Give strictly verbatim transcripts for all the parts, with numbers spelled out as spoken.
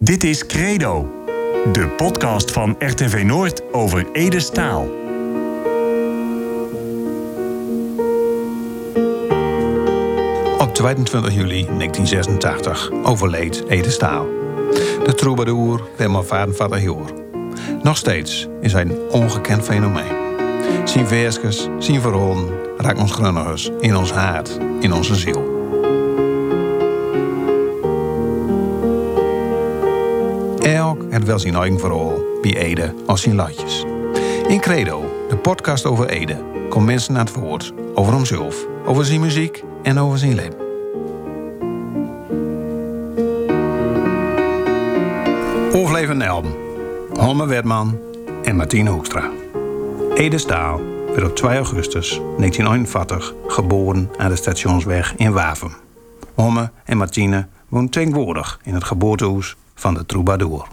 Dit is Credo, de podcast van R T V Noord over Ede Staal. Op tweeëntwintig juli negentien zesentachtig overleed Ede Staal. De troubadour werd maar vijfenveertig jaar. Nog steeds is hij een ongekend fenomeen. Zijn versjes, zijn verhalen raken ons grunnigers in ons hart, in onze ziel. Elk heeft wel zijn eigen verhaal, bij Ede als zijn latjes. In Credo, de podcast over Ede, komt mensen naar het woord over hemzelf, over zijn muziek en over zijn leven. Overlevende album, Holme Wedman en Martine Hoekstra. Ede Staal werd op twee augustus negentien eenenveertig geboren aan de Stationsweg in Wavum. Holme en Martine woonden tegenwoordig in het geboortehuis van de troubadour.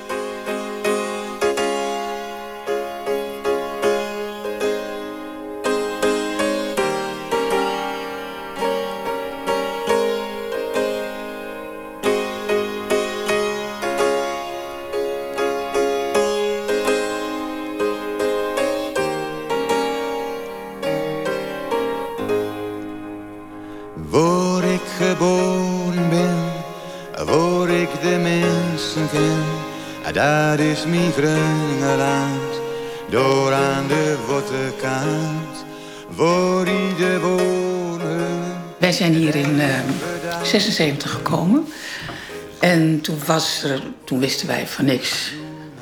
Waar ik geboren ben, waar ik de mensen ken, dat is mijn groene land, door aan de waterkant, waar ieder wonen. Wij zijn hier in uh, zesenzeventig gekomen en toen, was er, toen wisten wij van niks.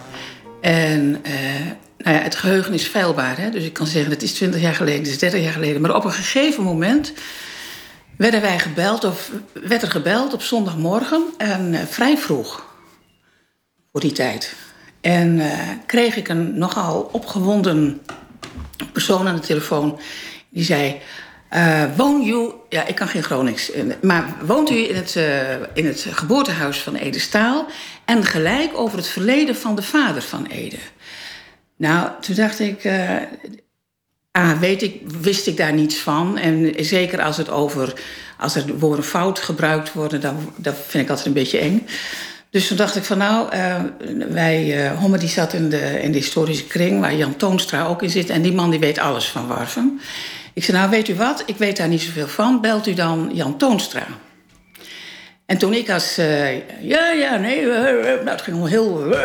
En uh, nou ja, het geheugen is feilbaar, hè? Dus ik kan zeggen het is twintig jaar geleden, het is dertig jaar geleden. Maar op een gegeven moment werden wij gebeld, of werd er gebeld op zondagmorgen en uh, vrij vroeg voor die tijd. En uh, kreeg ik een nogal opgewonden persoon aan de telefoon die zei: Uh, woon u, ja, ik kan geen Gronings, maar woont u in het, uh, in het geboortehuis van Ede Staal en gelijk over het verleden van de vader van Ede? Nou, toen dacht ik, uh, ah, weet ik, wist ik daar niets van. En zeker als het over, als er woorden fout gebruikt worden, dan, dat vind ik altijd een beetje eng. Dus toen dacht ik van nou, uh, wij, uh, Homme die zat in de, in de historische kring, waar Jan Toonstra ook in zit. En die man die weet alles van Warfum. Ik zei, nou weet u wat, ik weet daar niet zoveel van, belt u dan Jan Toonstra. En toen ik als, uh, ja, ja, nee, uh, nou, het ging al heel... Uh,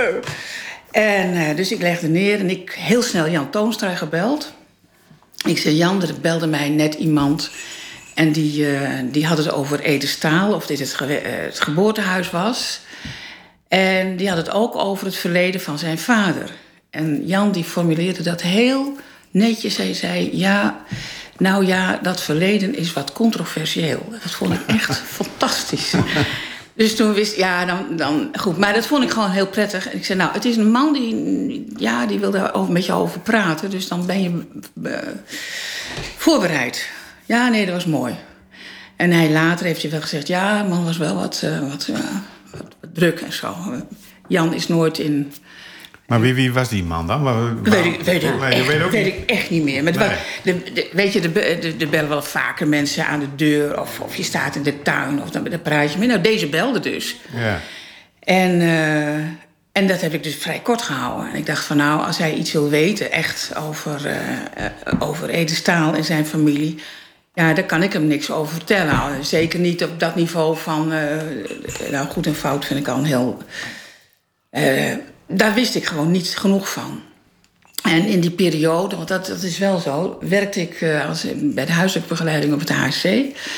en uh, dus ik legde neer en ik heel snel Jan Toonstra gebeld. Ik zei, Jan, er belde mij net iemand en die, uh, die had het over Ede Staal, of dit het, ge- uh, het geboortehuis was. En die had het ook over het verleden van zijn vader. En Jan die formuleerde dat heel netjes. Hij zei, ja, nou ja, dat verleden is wat controversieel. Dat vond ik echt fantastisch. Dus toen wist ik, ja, dan, dan goed. Maar dat vond ik gewoon heel prettig. En ik zei, nou, het is een man die, ja, die wil daar over, met je over praten. Dus dan ben je uh, voorbereid. Ja, nee, dat was mooi. En hij later heeft hij wel gezegd, ja, man was wel wat, uh, wat, uh, wat, wat druk en zo. Jan is nooit in... Maar wie, wie was die man dan? Maar, weet ik, weet, ik nee, echt, weet, ook weet niet. ik echt niet meer. Maar Nee. was, de, de, weet je, er bellen wel vaker mensen aan de deur. Of, of je staat in de tuin. Of dan, dan praat je mee. Nou, deze belde dus. Ja. En, uh, en dat heb ik dus vrij kort gehouden. En ik dacht van nou, als hij iets wil weten echt over, uh, uh, over Ede Staal en zijn familie, ja, daar kan ik hem niks over vertellen. Nou, zeker niet op dat niveau van uh, nou, goed en fout vind ik al een heel... Uh, daar wist ik gewoon niet genoeg van. En in die periode, want dat, dat is wel zo, werkte ik uh, als, bij de huiselijke begeleiding op het H S C.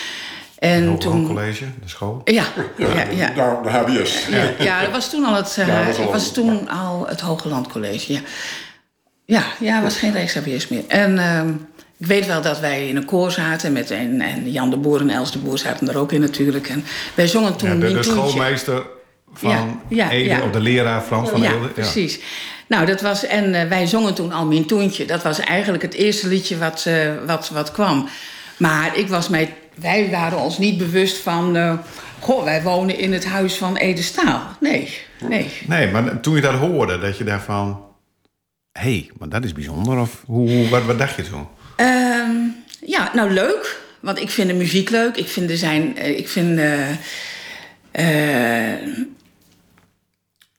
En Het toen college, de school. Ja, ja, ja, ja. Daar, de H B S. Ja, ja, dat was toen al het, uh, Ja, dat was al- was toen al het Hogeland College. Ja, ja, ja, was geen reeks H B S meer. En uh, ik weet wel dat wij in een koor zaten met en, en Jan de Boer en Els de Boer zaten er ook in natuurlijk. En wij zongen toen Ja, de, Mijn de Toentje. schoolmeester van Ja, ja, Ede, ja. of de leraar Frans van Ja, Ede. precies. Nou, dat was, en uh, wij zongen toen al Mijn Toentje. Dat was eigenlijk het eerste liedje wat, uh, wat, wat kwam. Maar ik was mij, wij waren ons niet bewust van... Uh, goh, wij wonen in het huis van Ede Staal. Nee, nee. Nee, maar toen je dat hoorde, dat je daarvan... Hé, hey, maar dat is bijzonder. Of hoe, hoe, wat, wat dacht je toen? Um, ja, nou leuk. Want ik vind de muziek leuk. Ik vind er zijn... Ik vind... Uh, uh,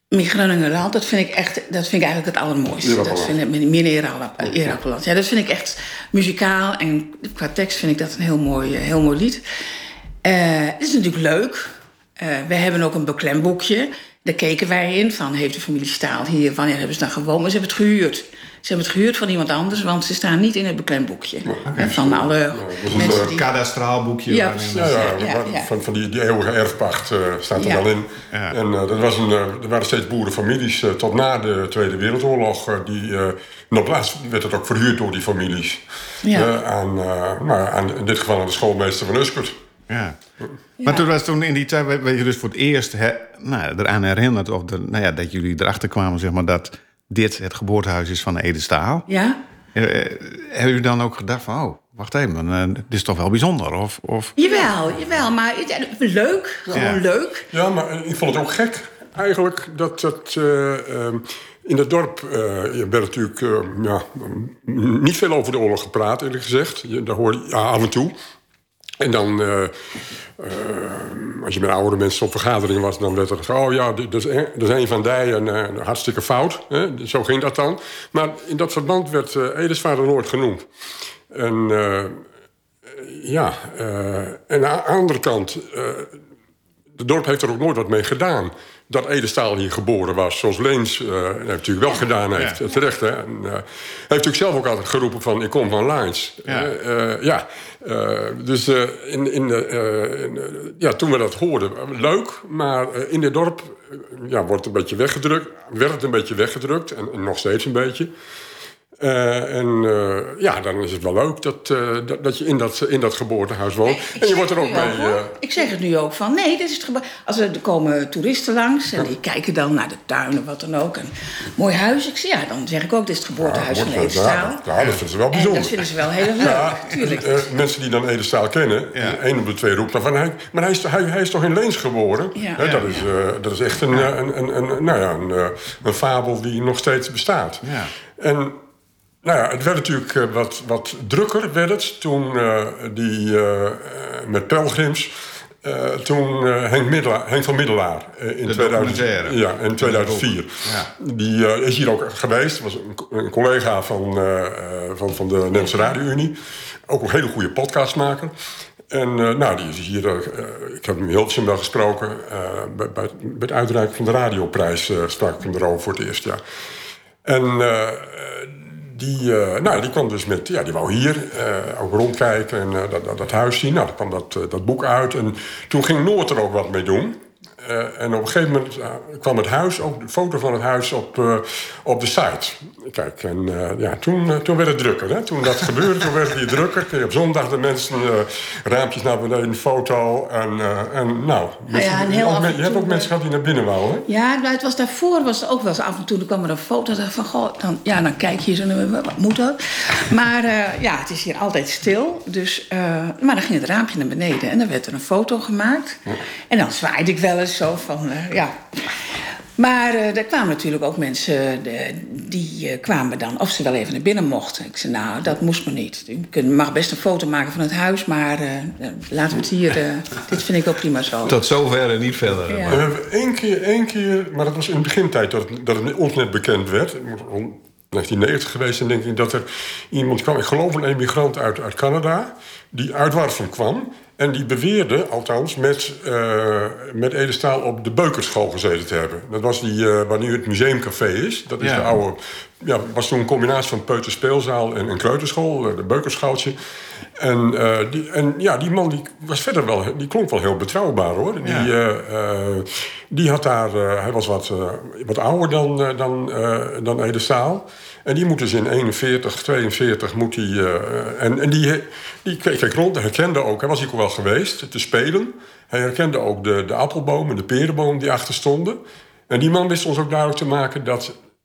Groningerland, dat vind ik echt, dat vind ik eigenlijk het allermooiste. Dat vind ik meer Erapeland. Ja, dat vind ik echt muzikaal en qua tekst vind ik dat een heel mooi, heel mooi lied. Uh, het is natuurlijk leuk. Uh, we hebben ook een beklemboekje. Daar keken wij in van, heeft de familie Staal hier, wanneer hebben ze dan gewoond? Maar ze hebben het gehuurd. Ze hebben het gehuurd van iemand anders, want ze staan niet in het beklemboekje. Okay. Van alle ja, mensen een die... kadastraal boekje. Ja, ja, ja, ja, ja. Van, van die, die eeuwige erfpacht uh, staat er ja. dan in. Ja. En uh, dat was een, uh, er waren steeds boerenfamilies uh, tot na de Tweede Wereldoorlog. Uh, die, uh, en op laatst werd het ook verhuurd door die families. Ja. Uh, aan, uh, nou, aan, in dit geval aan de schoolmeester van Uskert. Ja. Ja. Maar toen was toen in die tijd, werd je dus voor het eerst he, nou, eraan herinnerd... Of de, nou ja, dat jullie erachter kwamen, zeg maar, dat dit het geboortehuis is van Ede Staal. Ja. Uh, hebben jullie dan ook gedacht van, oh, wacht even, uh, dit is toch wel bijzonder? Of, of... Jawel, jawel, maar leuk, gewoon ja. leuk. Ja, maar ik vond het ook gek, eigenlijk, dat dat... Uh, uh, in het dorp uh, werd natuurlijk uh, ja, niet veel over de oorlog gepraat, eerlijk gezegd. Je, daar hoorde je ja, af en toe... En dan, uh, uh, als je met oudere mensen op vergaderingen was... dan werd er gezegd, oh ja, dat is een, dat is een van die en uh, hartstikke fout. Hè? Zo ging dat dan. Maar in dat verband werd uh, Edesvader nooit genoemd. En uh, ja, uh, en aan de andere kant... Uh, het dorp heeft er ook nooit wat mee gedaan... dat Ede Staal hier geboren was, zoals Leens uh, natuurlijk wel gedaan heeft. Ja. Terecht, hè? En, uh, hij heeft natuurlijk zelf ook altijd geroepen van... ik kom van Leens. Ja. Uh, uh, ja. Uh, dus uh, in, in, uh, in, uh, ja, toen we dat hoorden, leuk. Maar uh, in dit dorp uh, ja, wordt het een beetje weggedrukt. Werd het een beetje weggedrukt. En, en nog steeds een beetje. Uh, en uh, ja, dan is het wel leuk dat, uh, dat, dat je in dat, in dat geboortehuis woont. Nee, en je wordt er ook mee... Uh... Ik zeg het nu ook van, nee, dit is het gebo- Als er, er komen toeristen langs en die kijken dan naar de tuinen, wat dan ook. Een mooi huis. Ik zeg, ja, dan zeg ik ook, dit is het geboortehuis ja, van Ede Staal. Ja, ja, dat vinden ze wel bijzonder. En dat vinden ze wel heel erg leuk, ja, tuurlijk. Uh, mensen die dan Ede Staal kennen, ja. één op de twee roept dan van... Hij, maar hij is, hij, hij is toch in Leens geboren? Ja. He, dat, is, uh, dat is echt een, ja. een, een, een, nou ja, een, een fabel die nog steeds bestaat. Ja. En... Nou ja, het werd natuurlijk uh, wat, wat drukker werd het toen uh, die uh, met pelgrims... Uh, toen uh, Henk, Middelaar, Henk van Middelaar uh, in, tweeduizend, ja, in tweeduizend vier. Ja. Die uh, is hier ook geweest. Was een, een collega van, uh, van, van de Nederlandse Radio-Unie. Ook een hele goede podcastmaker. En uh, nou, die is hier... Uh, ik heb hem in Hilversum wel gesproken. Uh, bij, bij, bij het uitreiken van de radioprijs uh, sprak ik hem erover voor het eerst, ja. En... Uh, Die, uh, nou, die kwam dus met, ja, die wou hier uh, ook rondkijken en uh, dat, dat, dat huis zien. Nou, dan kwam dat, uh, dat boek uit. En toen ging Noord er ook wat mee doen. Uh, en op een gegeven moment uh, kwam het huis, ook de foto van het huis, op, uh, op de site. Kijk, en uh, ja, toen, uh, toen werd het drukker. Hè? Toen dat gebeurde, toen werd het weer drukker. Kreeg op zondag de mensen uh, raampjes naar beneden, foto. En, uh, en nou, nou ja, en heel ook, af en je hebt ook mensen gehad die naar binnen wouden. Ja, het was daarvoor was het ook wel eens af en toe. Dan kwam er een foto van, goh, dan, ja, dan kijk je zo, wat moet dat? Maar uh, ja, het is hier altijd stil. Dus, uh, maar dan ging het raampje naar beneden en dan werd er een foto gemaakt. Ja. En dan zwaaide ik wel eens zo van, uh, ja. Maar uh, er kwamen natuurlijk ook mensen de, die uh, kwamen dan of ze wel even naar binnen mochten. Ik zei, nou, dat moest maar niet. U mag best een foto maken van het huis, maar uh, laten we het hier... Uh, dit vind ik ook prima zo. Tot zover en niet verder. Ja. We hebben één keer, één keer, maar dat was in de begintijd dat het, dat het ons net bekend werd. Het moet rond negentien negentig geweest en denk ik dat er iemand kwam, ik geloof een emigrant uit, uit Canada, die uit Warfum kwam. En die beweerde, althans, met, uh, met Ede Staal op de Beukerschool gezeten te hebben. Dat was die, uh, waar nu het museumcafé is. Dat is ja. de oude... Ja, was toen een combinatie van peuterspeelzaal en een kleuterschool, de Beukerschaaltje. En, uh, die, en ja, die man die was verder wel, die klonk wel heel betrouwbaar, hoor. Ja. Die, uh, uh, die had daar, uh, hij was wat, uh, wat ouder dan, uh, dan, uh, dan Ede Staal. En die moet dus in eenenveertig, tweeënveertig moet hij... Uh, en en die, die keek rond, hij herkende ook, hij was hier ook wel geweest te spelen. Hij herkende ook de, de appelboom en de perenboom die achter stonden. En die man wist ons ook duidelijk te maken dat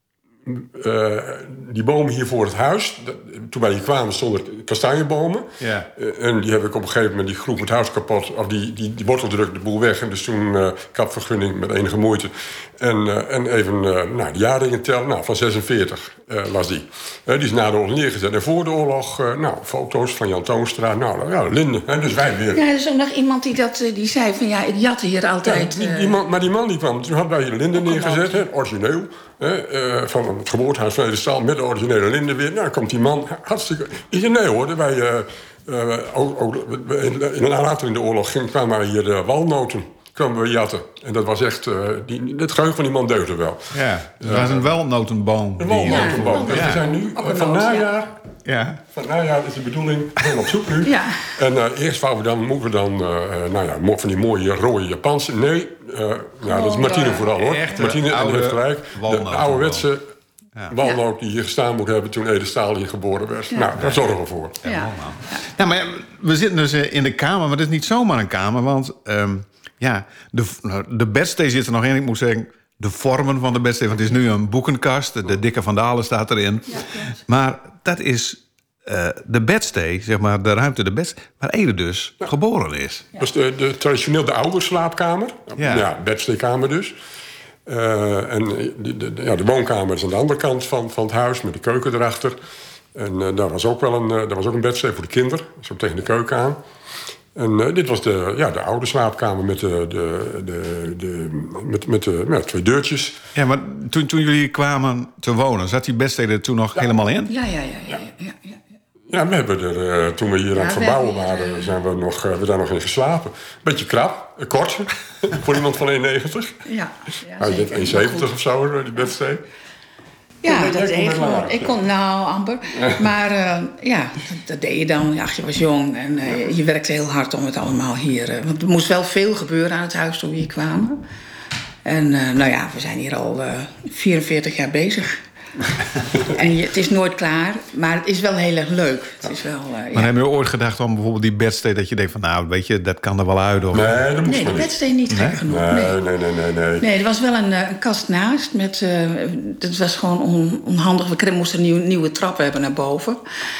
uh, die bomen hier voor het huis. Dat, toen wij hier kwamen stonden kastanjebomen. Ja. Uh, en die heb ik op een gegeven moment, die groep het huis kapot. Of die, die, die wortel drukte de boel weg. En dus toen uh, kapvergunning met enige moeite. En, uh, en even uh, nou, de jaarringen tellen. Nou, van zesenveertig uh, was die. Uh, die is na de oorlog neergezet. En voor de oorlog, uh, nou, foto's van Jan Toonstra. Nou, ja, Linde. Hè, dus wij weer. Ja, er is ook nog iemand die, dat, die zei van ja, ik jat hier altijd. Ja, die, die man, maar die man die kwam, toen hadden wij hier Linde neergezet. Hè, origineel. Hè, uh, van het geboortehuis van Edestaal met de originele Linde weer. Nou, komt die man hartstikke. Ik zei nee hoor, wij. Uh, uh, ook, ook, in, in, later in de oorlog ging, kwamen wij hier de walnoten. Kwamen we jatten. En dat was echt. Uh, die, het geheugen van die man deugde wel. Ja, dat was een walnotenboom. Een walnotenboom. Ja, dus we zijn nu uh, van najaar. Ja. Van najaar is de bedoeling. We zijn op zoek nu. Ja. En uh, eerst wouden we dan, moeten we dan, uh, nou ja, van die mooie rode Japanse. Nee, uh, nou, dat is Martine vooral hoor. Echte Martine oude heeft gelijk. De ouderwetse ja. walnoot die hier gestaan moet hebben toen Edestaal hier geboren werd. Ja. Nou, daar zorgen we voor. Ja. Ja. Ja, maar we zitten dus in de kamer, maar het is niet zomaar een kamer, want. Um, Ja, de, de bedstee zit er nog in. Ik moet zeggen, de vormen van de bedstee. Want het is nu een boekenkast. De, de dikke Van Dalen staat erin. Ja, maar dat is uh, de bedstee, zeg maar, de ruimte, de bedstee, waar Ede dus ja. geboren is. Ja. Dat is de, de, traditioneel de oude slaapkamer. Ja, ja bedsteekamer dus. Uh, en de, de, de, ja, de woonkamer is aan de andere kant van, van het huis, met de keuken erachter. En uh, daar, was ook wel een, uh, daar was ook een bedstee voor de kinderen. Zo tegen de keuken aan. En uh, dit was de, ja, de oude slaapkamer met, de, de, de, de, met, met de, ja, twee deurtjes. Ja, maar toen, toen jullie kwamen te wonen, zat die bedstee er toen nog ja. helemaal in? Ja, ja, ja. ja, ja, ja. Ja, we hebben er, uh, toen we hier ja, aan het verbouwen waren, uh, zijn we, nog, uh, we daar nog in geslapen. Beetje krap, uh, kort, voor iemand van één negentig. Ja, ja nou, ik denk één zeventig of zo, die bedstee. Ja, ja, dat deed je gewoon. Ik kon, nou, amper. Maar uh, ja, dat, dat deed je dan. Ja, je was jong en uh, je werkte heel hard om het allemaal hier. Uh, want er moest wel veel gebeuren aan het huis toen we hier kwamen. En uh, nou ja, we zijn hier al uh, vierenveertig jaar bezig. En je, het is nooit klaar, maar het is wel heel erg leuk. Het is wel, uh, maar ja. heb je ooit gedacht om bijvoorbeeld die bedstee dat je denkt van nou, weet je, dat kan er wel uit? Of... Nee, dat moest nee, de bedstee niet gek nee? genoeg. Nee, nee, nee, nee. Nee, nee. nee er was wel een, een kast naast. Met, uh, dat was gewoon on, onhandig. We moesten een nieuwe, nieuwe trap hebben naar boven.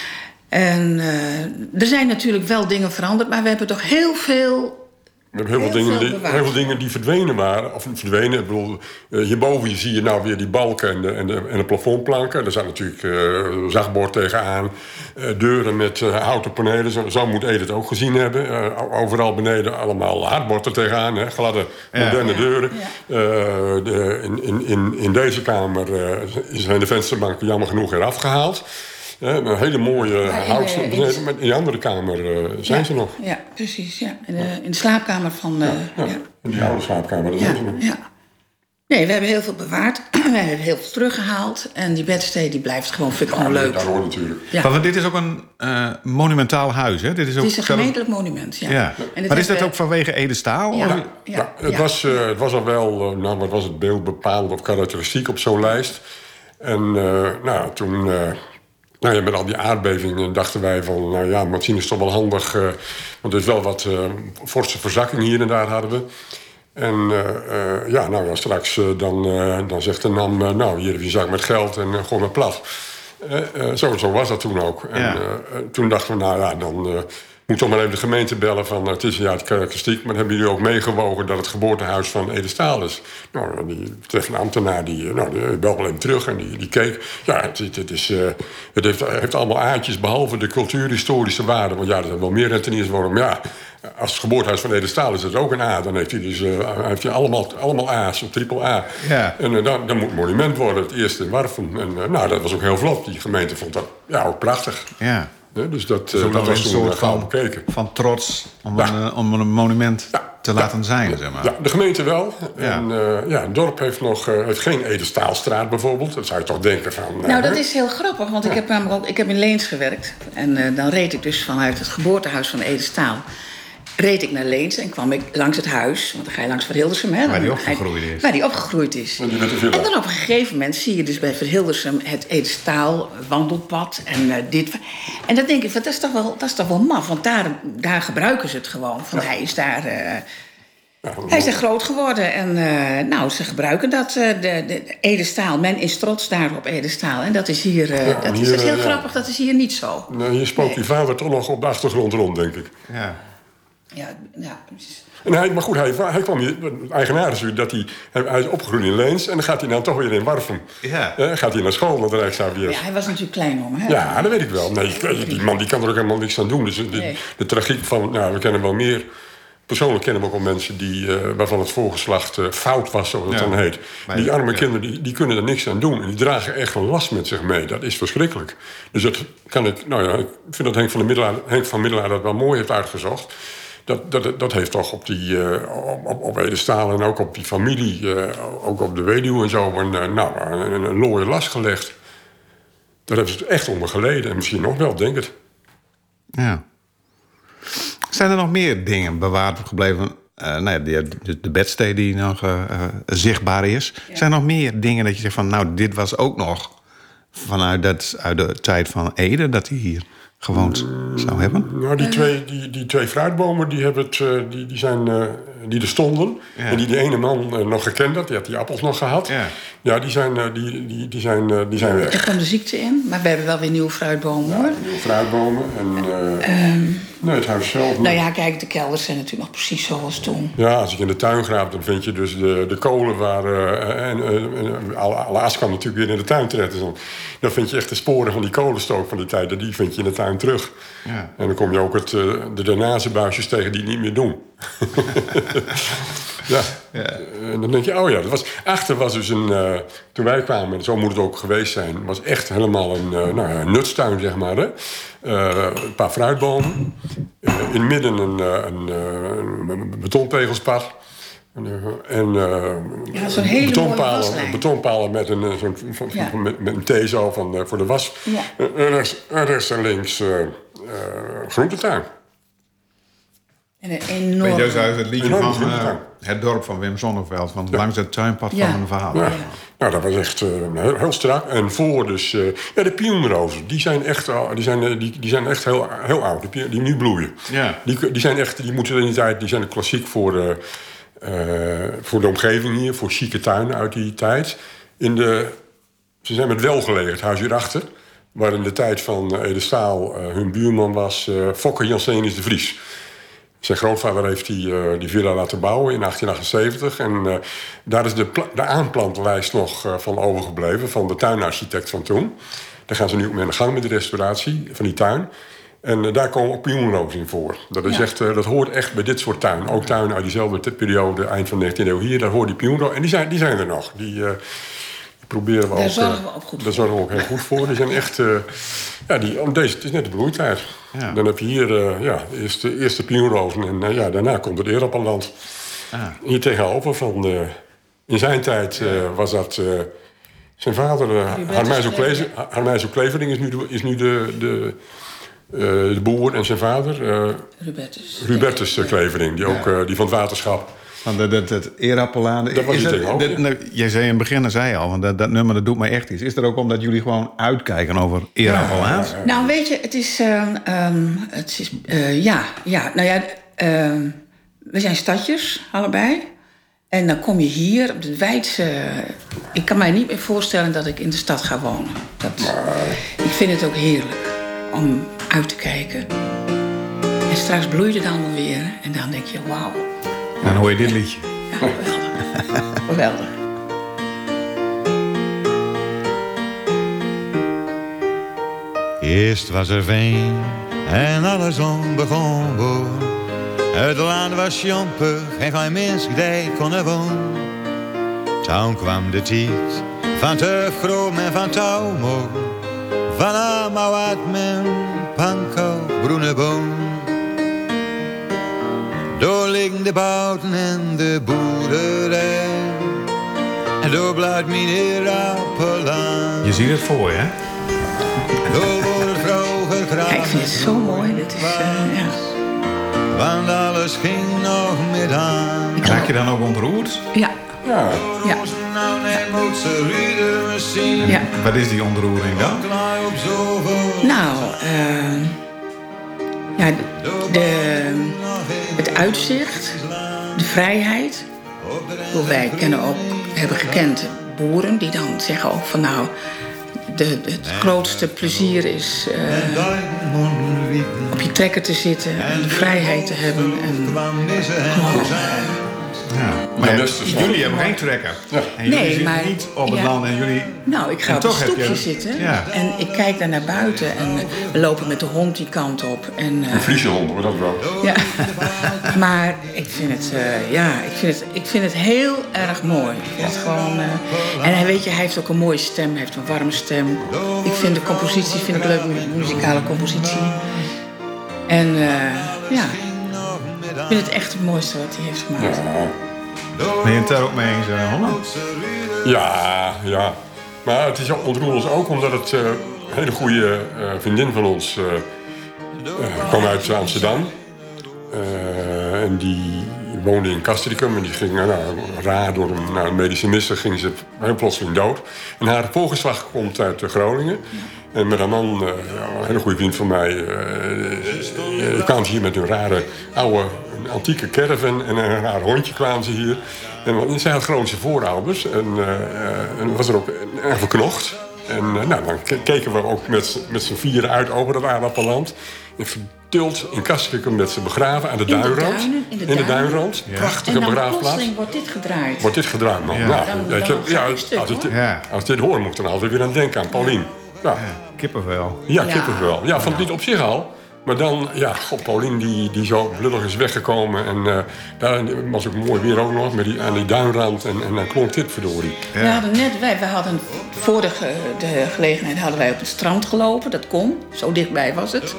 En uh, er zijn natuurlijk wel dingen veranderd, maar we hebben toch heel veel. We hebben heel, heel, veel, dingen, die, heel veel dingen die verdwenen waren. Of verdwenen. Ik bedoel, uh, hierboven zie je nou weer die balken en de, en de, en de plafondplanken. Er zijn natuurlijk uh, zachtbord tegenaan. Uh, deuren met uh, houten panelen. Zo, zo moet Ede het ook gezien hebben. Uh, overal beneden allemaal hardbord er tegenaan. Hè, gladde, ja. moderne ja. deuren. Ja. Uh, de, in, in, in, in deze kamer uh, zijn de vensterbanken jammer genoeg eraf gehaald. Ja, een hele mooie ja, houtstenen beneden, maar in de andere kamer uh, zijn ja, ze nog. Ja, precies. Ja. In, de, in de slaapkamer van... Uh, ja, ja. Ja. In die oude slaapkamer, dat ja, zijn ze nog. Ja. Nee, we hebben heel veel bewaard. We hebben heel veel teruggehaald. En die bedstee die blijft gewoon, vind ik gewoon leuk. Dat hoort natuurlijk. Ja. Maar dit is ook een uh, monumentaal huis, hè? Dit is, ook het is een gemeentelijk monument, ja. ja. En maar is dat ook vanwege Edestaal? Ja, ja, ja, ja, het, ja. Was, uh, het was al wel, uh, nou, wat was het beeld bepaald of karakteristiek op zo'n lijst. En uh, nou, toen... Uh, Nou ja, met al die aardbevingen dachten wij van... nou ja, Martine is toch wel handig... Uh, want er is wel wat uh, forse verzakking hier en daar hadden we. En uh, uh, ja, nou ja, straks uh, dan, uh, dan zegt de N A M... Uh, nou, hier heb je een zak met geld en uh, gewoon maar plat. Uh, uh, zo, zo was dat toen ook. En ja. uh, toen dachten we, nou ja, dan... Uh, moet toch maar even de gemeente bellen van... Uh, het is ja, het karakteristiek, maar hebben jullie ook meegewogen... dat het geboortehuis van Edestaal is? Nou, die betreffende ambtenaar, die, nou, die belde wel even terug en die, die keek. Ja, het, het, het, is, uh, het heeft, heeft allemaal aardjes, behalve de cultuurhistorische waarde. Want ja, er zijn wel meer renteniers worden. Maar ja, als het geboortehuis van Edestaal is het ook een A. Dan heeft hij dus uh, heeft hij allemaal, allemaal A's, een triple A. Ja. En uh, dan, dan moet het monument worden, het eerste in Warffen. En uh, nou, dat was ook heel vlot. Die gemeente vond dat ja, ook prachtig. Ja. Ja, dus dat, uh, dat was toen een gauw bekeken. Van trots om, ja. een, om een monument ja. te laten ja. zijn, zeg maar. Ja, de gemeente wel. Ja. En uh, ja, het dorp heeft nog uh, heeft geen Edestaalstraat bijvoorbeeld. Dat zou je toch denken van... Uh, nou, dat is heel grappig, want ja. ik heb namelijk ook, ik heb in Leens gewerkt. En uh, dan reed ik dus vanuit het geboortehuis van Edestaal... reed ik naar Leens en kwam ik langs het huis. Want dan ga je langs Verhildersum. Hè, waar die opgegroeid is. Waar die opgegroeid is. En, en dan op een gegeven moment zie je dus bij Verhildersum... het Edestaal wandelpad en uh, dit. En dan denk ik, dat is toch wel, dat is toch wel maf. Want daar, daar gebruiken ze het gewoon. Van ja. hij is daar... Uh, Ja, Hij is er groot geworden en uh, nou, ze gebruiken dat, uh, de, de, de Edestaal. Men is trots daar op Edestaal. En dat is hier, uh, ja, dat, hier, is, dat is heel uh, grappig, ja. Dat is hier niet zo. Nou, hier spookt nee. die vader toch nog op de achtergrond rond, denk ik. Ja. Ja, ja. En hij, maar goed, hij, hij kwam hier, het eigenaar is dat hij, hij is opgegroeid in Leens en dan gaat hij dan toch weer in Warffum. Ja. Uh, gaat hij naar school naar de Rijks-H B S. Ja, hij was natuurlijk klein om, hè? Ja, dat weet ik wel. Nee, die man die kan er ook helemaal niks aan doen. Dus de, nee. de tragiek van, nou, we kennen wel meer. Persoonlijk kennen we ook al mensen die, uh, waarvan het voorgeslacht uh, fout was, zoals het ja. dan heet. Die arme ja. kinderen die, die kunnen er niks aan doen. En die dragen echt een last met zich mee. Dat is verschrikkelijk. Dus dat kan ik, nou ja, ik vind dat Henk van, de Middelaar, Henk van Middelaar dat wel mooi heeft uitgezocht. Dat, dat, dat heeft toch op, die, uh, op, op Edestaal en ook op die familie, uh, ook op de weduwe en zo, een, uh, nou, een, een looie last gelegd. Daar hebben ze echt onder geleden. En misschien nog wel, denk ik. Ja. Zijn er nog meer dingen bewaard gebleven? Uh, nou ja, de, de bedstee die nog uh, uh, zichtbaar is. Ja. Zijn er nog meer dingen dat je zegt van, nou, dit was ook nog vanuit dat, uit de tijd van Ede, dat hij hier gewoond mm, zou hebben? Nou, die twee, die, die twee fruitbomen die, hebben het, uh, die, die, zijn, uh, die er stonden. Ja. En die de ene man uh, nog gekend had. Die had die appels nog gehad. Ja, ja die, zijn, uh, die, die, die, zijn, uh, die zijn weg. Er kwam de ziekte in, maar we hebben wel weer nieuwe fruitbomen, hoor. Ja, nieuwe fruitbomen. En, uh, um, nee, het huis zelf. Nou ja, kijk, de kelders zijn natuurlijk nog precies zoals toen. Ja, als ik in de tuin graaf, dan vind je dus de, de kolen waar... Uh, en, uh, en alle, alle as kan natuurlijk weer in de tuin terecht. Dus dan, dan vind je echt de sporen van die kolenstook van die tijd. Die vind je in de tuin terug. Ja. En dan kom je ook het, uh, de Denazenbuisjes tegen die het niet meer doen. Ja. Ja. En dan denk je, oh ja, dat was, achter was dus een... Uh, toen wij kwamen, en zo moet het ook geweest zijn... was echt helemaal een, uh, nou, een nutstuin, zeg maar. Hè? Uh, een paar fruitbomen. Uh, in het midden een, uh, een, uh, een betontegelspad. En, uh, ja, zo'n hele betonpalen, betonpalen met een, zo'n, ja. met, met een theezo van, uh, voor de was. Ja. En rechts, rechts en links uh, uh, groentetuin. En een enorm... Weet je, het liedje enorm van uh, het dorp van Wim Sonneveld... van ja. langs het tuinpad ja. van mijn vader. Ja. Ja. Nou, dat was echt uh, heel, heel strak. En voor dus... Uh, ja, de pioenrozen, die zijn echt, uh, die zijn, uh, die, die zijn echt heel, heel oud. Die, die nu bloeien. Ja. Die, die zijn echt... Die moeten in die tijd... Die zijn klassiek voor de, uh, voor de omgeving hier. Voor chique tuinen uit die tijd. In de... Ze zijn met Welgelegen, het huis hierachter... waar in de tijd van Edestaal uh, hun buurman was... Uh, Fokke Jansenus de Vries. Zijn grootvader heeft die, uh, die villa laten bouwen in achttien achtenzeventig. En uh, daar is de, pla- de aanplantlijst nog uh, van overgebleven... van de tuinarchitect van toen. Daar gaan ze nu ook mee aan de gang met de restauratie van die tuin. En uh, daar komen ook pioenrozen in voor. Dat, is ja. echt, uh, dat hoort echt bij dit soort tuinen. Ook tuinen uit diezelfde periode, eind van de negentiende eeuw hier... daar hoort die pioenrozen. En die zijn, die zijn er nog. Die... Uh, proberen we daar ook, zorgen we ook goed daar voor. zorgen we ook heel goed voor. Die zijn echt... Uh, ja, die, deze, het is net de bloeitijd. Ja. Dan heb je hier uh, ja, eerst de eerste pioenrozen. En uh, ja, daarna komt het Erappelland. Ah. Hier tegenover van... Uh, in zijn tijd uh, was dat... Uh, zijn vader, uh, Harmijs Klevering, is nu de, is nu de, de, uh, de boer. En zijn vader... Uh, Rubertus. Rubertus uh, Klevering, die, ook, uh, die van het waterschap... Van dat, dat, dat Erappelaar. Dat was het ook. Nou, jij zei in het begin, zei al, want dat, dat nummer dat doet mij echt iets. Is dat ook omdat jullie gewoon uitkijken over Erappelaar? Ja, ja, ja. Nou, weet je, het is... Uh, um, het is uh, ja, ja, nou ja... Uh, we zijn stadjes, allebei. En dan kom je hier op de wijdse... Ik kan mij niet meer voorstellen dat ik in de stad ga wonen. Dat, maar... Ik vind het ook heerlijk om uit te kijken. En straks bloeit het allemaal weer. En dan denk je, wauw. Dan hoor je dit liedje. Ja, geweldig. Geweldig. Eerst was er veen en alles onbegon. Het land was jompig en geen mens die kon wonen. Toen kwam de tijd van te groom en van touwmo. Van allemaal wat men panko groene boom. Door liggen de bouten en de boerderij. En door blijft mijn Erappelaar. Je ziet het voor je, hè? Door wordt het vroeger graag. Kijk, ik vind het zo mooi. Dit is, uh, ja. Want alles ging nog met aan. Raak je dan ook ontroerd? Ja. Ja. Ja. Ja. Wat is die ontroering dan? Nou, uh, ja, de, het uitzicht, de vrijheid. Hoe wij kennen ook, hebben gekend boeren die dan zeggen ook van nou, de, de, het grootste plezier is uh, op je trekker te zitten en de vrijheid te hebben. En gewoon, ja, maar ja, jullie hebben geen trekker. Ja. En jullie nee, zitten maar, niet op het ja, land en jullie... Nou, ik ga op een stoepje je... zitten ja. en ik kijk daar naar buiten en we lopen met de hond die kant op. En, uh, een Friese hond, maar dat wel. Ja, maar ik vind het, uh, ja, ik vind het, ik vind het heel erg mooi. Ik vind het gewoon, uh, en hij, weet je, hij heeft ook een mooie stem, hij heeft een warme stem. Ik vind de compositie, vind ik leuk, de muzikale compositie. En uh, ja, ik vind het echt het mooiste wat hij heeft gemaakt. Ja. Ben je het daar ook mee eens, uh, Holland? Ja, ja. Maar het is ontroerend ons ook omdat het uh, een hele goede uh, vriendin van ons uh, uh, kwam uit Amsterdam. Uh, en die woonde in Castricum en die ging nou, raar door een, nou, een medische misser ging ze heel plotseling dood. En haar voorgeslacht komt uit uh, Groningen. En met een man, uh, een hele goede vriend van mij, uh, uh, kwamen ze hier met een rare oude een antieke caravan en een raar hondje kwamen ze hier. En zij had Groningse voorouders en, uh, en was er ook erg verknocht. En uh, nou, dan keken we ook met, met z'n vieren uit over dat aardappelland. En verduld in Castricum met ze begraven aan de in duinrand. De duinen, in de, in de duinen. duinrand. Ja. Prachtige en dan begraafplaats. plotseling wordt dit gedraaid. Wordt dit gedraaid, man. Ja. Nou, Dan- weet dan je, ja, gaat het stuk, als, ik, hoor. Ja. als dit hoor, moet ik dan altijd weer aan denken aan Paulien. Ja, Ja, kippenvel. ja Ja. kippenvel. Ja, van dit op zich al. Maar dan, ja, god, Paulien die, die zo lullig is weggekomen. En uh, daar was ook mooi weer ook nog, met die, aan die duinrand. En, en dan klonk dit verdorie. We hadden net, wij, we hadden voor de, ge- de gelegenheid hadden wij op het strand gelopen. Dat kon, zo dichtbij was het.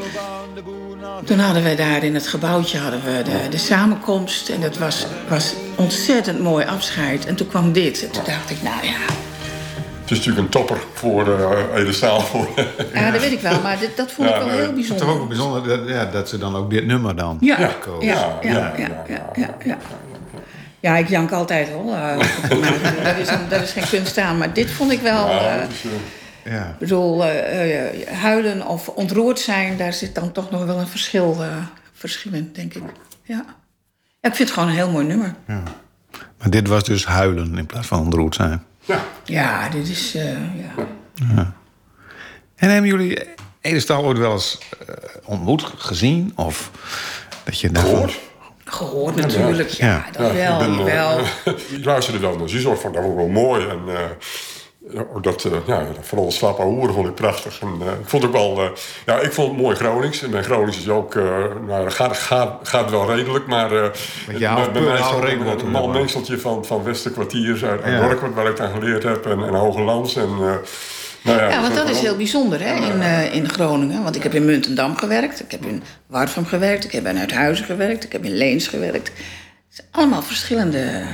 Toen hadden wij daar in het gebouwtje hadden we de, de samenkomst. En dat was, was ontzettend mooi afscheid. En toen kwam dit. En toen dacht ik, nou ja. Het is natuurlijk een topper voor uh, Ede Staal. Voor, Ja, dat weet ik wel. Maar dit, dat vond ik Ja, wel maar heel Het is bijzonder. toch ook bijzonder dat, ja, dat ze dan ook dit nummer dan... Ja, ja, kozen. ja, ja, ja, ja, ja, ja. Ja, ik jank altijd hoor. Uh, maar dat, is een, dat is geen kunst aan. Maar dit vond ik wel... Ja, Uh, dus, uh, Ja. Ik bedoel, uh, uh, huilen of ontroerd zijn, daar zit dan toch nog wel een verschil, uh, verschil in, denk ik. Ja. Ja, ik vind het gewoon een heel mooi nummer. Ja. Maar dit was dus huilen in plaats van ontroerd zijn. ja. Ja, dit is... Uh, ja. Ja. En hebben jullie Ede Staal ooit wel eens uh, ontmoet, gezien? Of dat je daarvan... Gehoord? Gehoord natuurlijk, ja, Ja. dat Ja, wel, ik ben, uh, wel. ik luisterde dan naar Zizor, vond dat ook wel mooi. En uh, ook dat, uh, ja, vooral de slappe hoeren vond ik prachtig. En, uh, ik vond ook wel, uh, ja, ik vond het mooi Gronings. En mijn Gronings is ook, uh, nou, gaat, gaat, gaat wel redelijk, maar uh, ja, bij, bij mij is hou het rekening een, met een mal mengseltje van, van Westerkwartiers uit, uit Ja. Dorkwerd, waar ik dan geleerd heb, en, en Hoge Lands. En, uh, nou ja, Ja, want dat is wel- heel bijzonder hè, in, uh, in Groningen. Want ik heb in Muntendam gewerkt, ik heb in Warfum gewerkt, ik heb in Uithuizen gewerkt, ik heb in Leens gewerkt. Het zijn allemaal verschillende...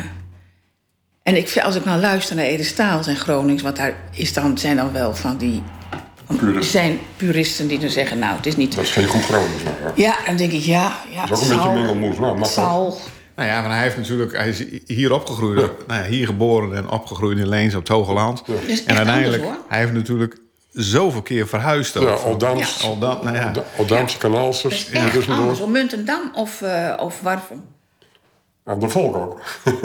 En ik, vind- als ik nou luister naar Ede Staal en Gronings, want daar is dan, zijn dan wel van die... Puristen. zijn puristen die dan zeggen, nou, het is niet... Dat is geen goed Gronings. Maar, ja. Ja, dan denk ik, ja, ja Dat is ook een beetje mengelmoes. Nou, het mag wel. zal. Nou ja, maar hij heeft natuurlijk, hij is hier opgegroeid, Ja. nou ja, hier geboren en opgegroeid in Leens op het Hoge Land. Ja. Dat is En echt uiteindelijk, anders, hoor. hij heeft natuurlijk zoveel keer verhuisd. ook. Ja, Oldams, Al dan, nou ja. Oldamse Dat kanaalsters. is Ja, echt tussendoor. anders. Of Muntendam of, uh, of Warfum. Ja, de volk ook.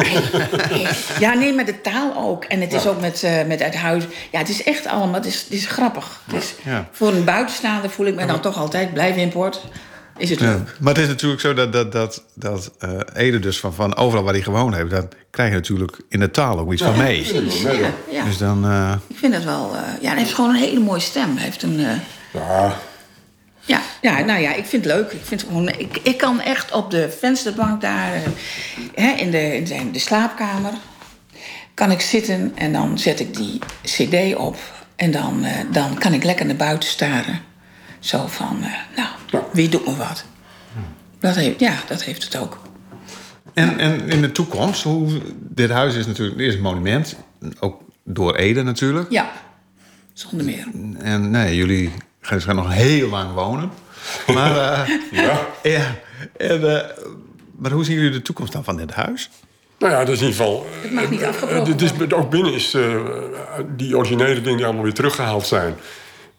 Ja, nee, maar de taal ook. En het is Ja. ook met, uh, met Uithuizen. Ja, het is echt allemaal, het is, het is grappig. Het is, Ja. Voor een buitenstaander voel ik me dan toch altijd, blijf import. Is het Ja. leuk. Maar het is natuurlijk zo dat, dat, dat, dat uh, Ede dus van, van overal waar hij gewoond heeft... dan krijg je natuurlijk in de taal ook iets van mee. Precies, ja, ja. Dus dan... Uh, Ik vind het wel... Uh, ja, hij heeft gewoon een hele mooie stem. Hij heeft een... Uh, Ja, Ja, ja, nou ja, ik vind het leuk. Ik, vind het gewoon, ik, ik kan echt op de vensterbank daar, eh, hè, in, de, in zijn, de slaapkamer... kan ik zitten en dan zet ik die cd op... en dan, eh, dan kan ik lekker naar buiten staren. Zo van, eh, nou, Ja. wie doet me wat? Dat heeft, ja, dat heeft het ook. en, en in de toekomst, hoe, dit huis is natuurlijk eerst een monument. Ook door Ede natuurlijk. Ja, zonder meer. En nee, jullie gaan dus gaan nog heel lang wonen. Maar, uh, ja. ja, en, uh, maar hoe zien jullie de toekomst dan van dit huis? Nou ja, dat is in ieder geval... Het mag niet eh, afgebroken Het is, worden. ook binnen is uh, die originele dingen die allemaal weer teruggehaald zijn.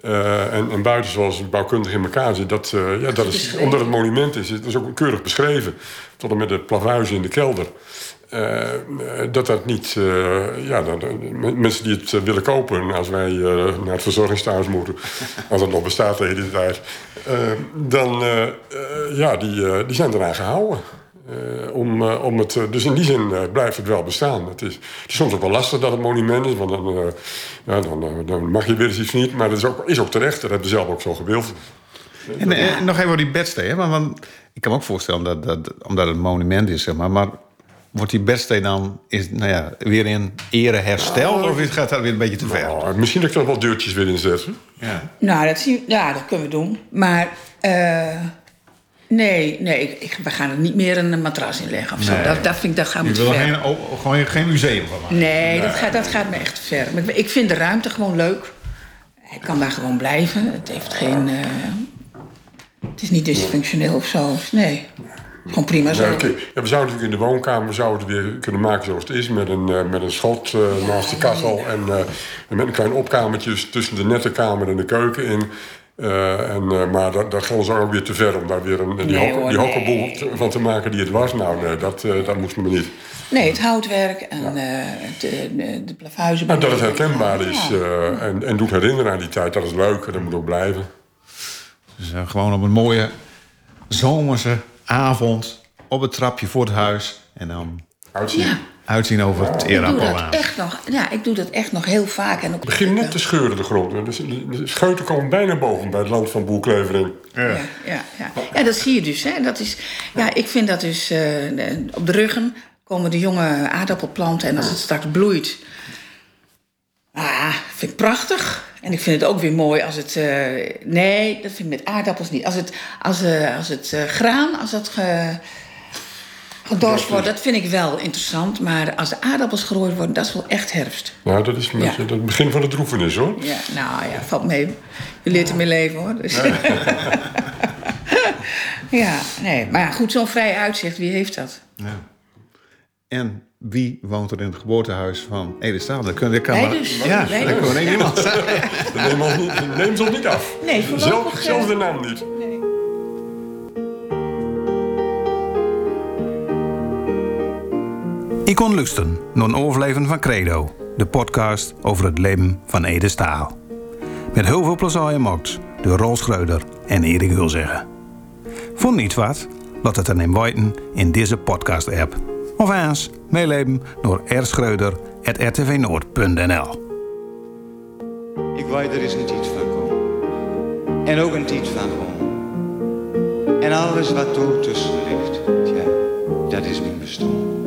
Uh, en, en buiten zoals het bouwkundig in elkaar zit, dat, uh, ja, dat is, omdat het monument is, dat is ook keurig beschreven. Tot en met de plavuizen in de kelder. Uh, dat dat niet... Uh, ja, dat, mensen die het uh, willen kopen als wij uh, naar het verzorgingstehuis moeten... als dat nog bestaat tegen die tijd... Uh, dan uh, uh, ja, die, uh, die zijn eraan gehouden. Uh, om, uh, om het, uh, dus in die zin uh, blijft het wel bestaan. Het is, het is soms ook wel lastig dat het monument is... want dan, uh, ja, dan, uh, dan mag je weer eens iets niet. Maar dat is ook, is ook terecht, dat hebben ze zelf ook zo gewild. En, uh, nog even over die bedstee. Hè? Want, want ik kan me ook voorstellen dat, dat omdat het een monument is... Zeg maar, maar wordt die bedstee dan is, nou ja, weer in ere hersteld? Nou, of gaat dat weer een beetje te ver? Nou, misschien dat ik er wel deurtjes weer in zet. Ja, nou, dat, zie, ja, dat kunnen we doen. Maar... Uh, Nee, nee ik, ik, we gaan er niet meer een matras in leggen of zo. Nee. Dat, dat, vind ik, dat gaat me te ver. Je wil er geen, gewoon geen museum van maken? Nee, nee. Dat, gaat, dat gaat me echt te ver. Maar ik vind de ruimte gewoon leuk. Ik kan daar gewoon blijven. Het heeft geen... Uh, het is niet dysfunctioneel of zo. Nee, gewoon prima zo. Ja, okay. Ja, we zouden natuurlijk in de woonkamer we zouden het weer kunnen maken zoals het is. Met een, uh, met een schot uh, naast de kachel. En uh, met een klein opkamertje tussen de nette kamer en de keuken in... Uh, en, uh, maar dat, dat gaat ons ook weer te ver om daar weer een, die, nee, hok, die hokkenboel nee. van te maken die het was. Nou, nee, dat, uh, dat moest me niet. Nee, het houtwerk en ja. uh, de, de, de plavuizen. Nou, dat het herkenbaar is ja. uh, en, en doet herinneren aan die tijd, dat is leuk en dat moet ook blijven. Dus uh, gewoon op een mooie zomerse avond op het trapje voor het huis en dan uitzien. Ja. Uitzien over het Eerappellaan. Ja, ik doe dat echt nog heel vaak. En ook begin net te scheuren, de grond. De scheuten komen bijna boven bij het land van Boelklevering. Ja, ja, ja, ja. ja dat zie je dus. Hè. Dat is, ja, ik vind dat dus... Uh, op de ruggen komen de jonge aardappelplanten... en als het straks bloeit... Ah, vind ik prachtig. En ik vind het ook weer mooi als het... Uh, nee, dat vind ik met aardappels niet. Als het, als, uh, als het uh, graan, als het... Ge, gedorst wordt, dat vind ik wel interessant. Maar als de aardappels gerooid worden, dat is wel echt herfst. Nou, dat is met, ja. het begin van de droefenis, hoor. Ja, nou ja, valt mee. Je leert ermee leven, hoor. Dus. Ja. ja, nee. Maar ja, goed, zo'n vrij uitzicht, wie heeft dat? Ja. En wie woont er in het geboortehuis van Ede Staal? Dat kan, dat kan wij maar, dus. Ja, wij dat dus. kan niemand zijn. Dat neemt ze ons niet af. Nee, voorlopig... Zelfs de naam niet. Nee. Ik kon luisteren naar een overleven van Credo, de podcast over het leven van Ede Staal. Met heel veel plezier gemaakt door Rolf Schreuder en Erik Hulzeggen. Vond niet wat? Laat het dan in weten in deze podcast-app. Of eens meeleven door r schreuder at r t v noord punt n l. Ik weet er is een tijd van komen. En ook een tijd van gewoon. En alles wat er tussen ligt, ja, dat is mijn bestaan.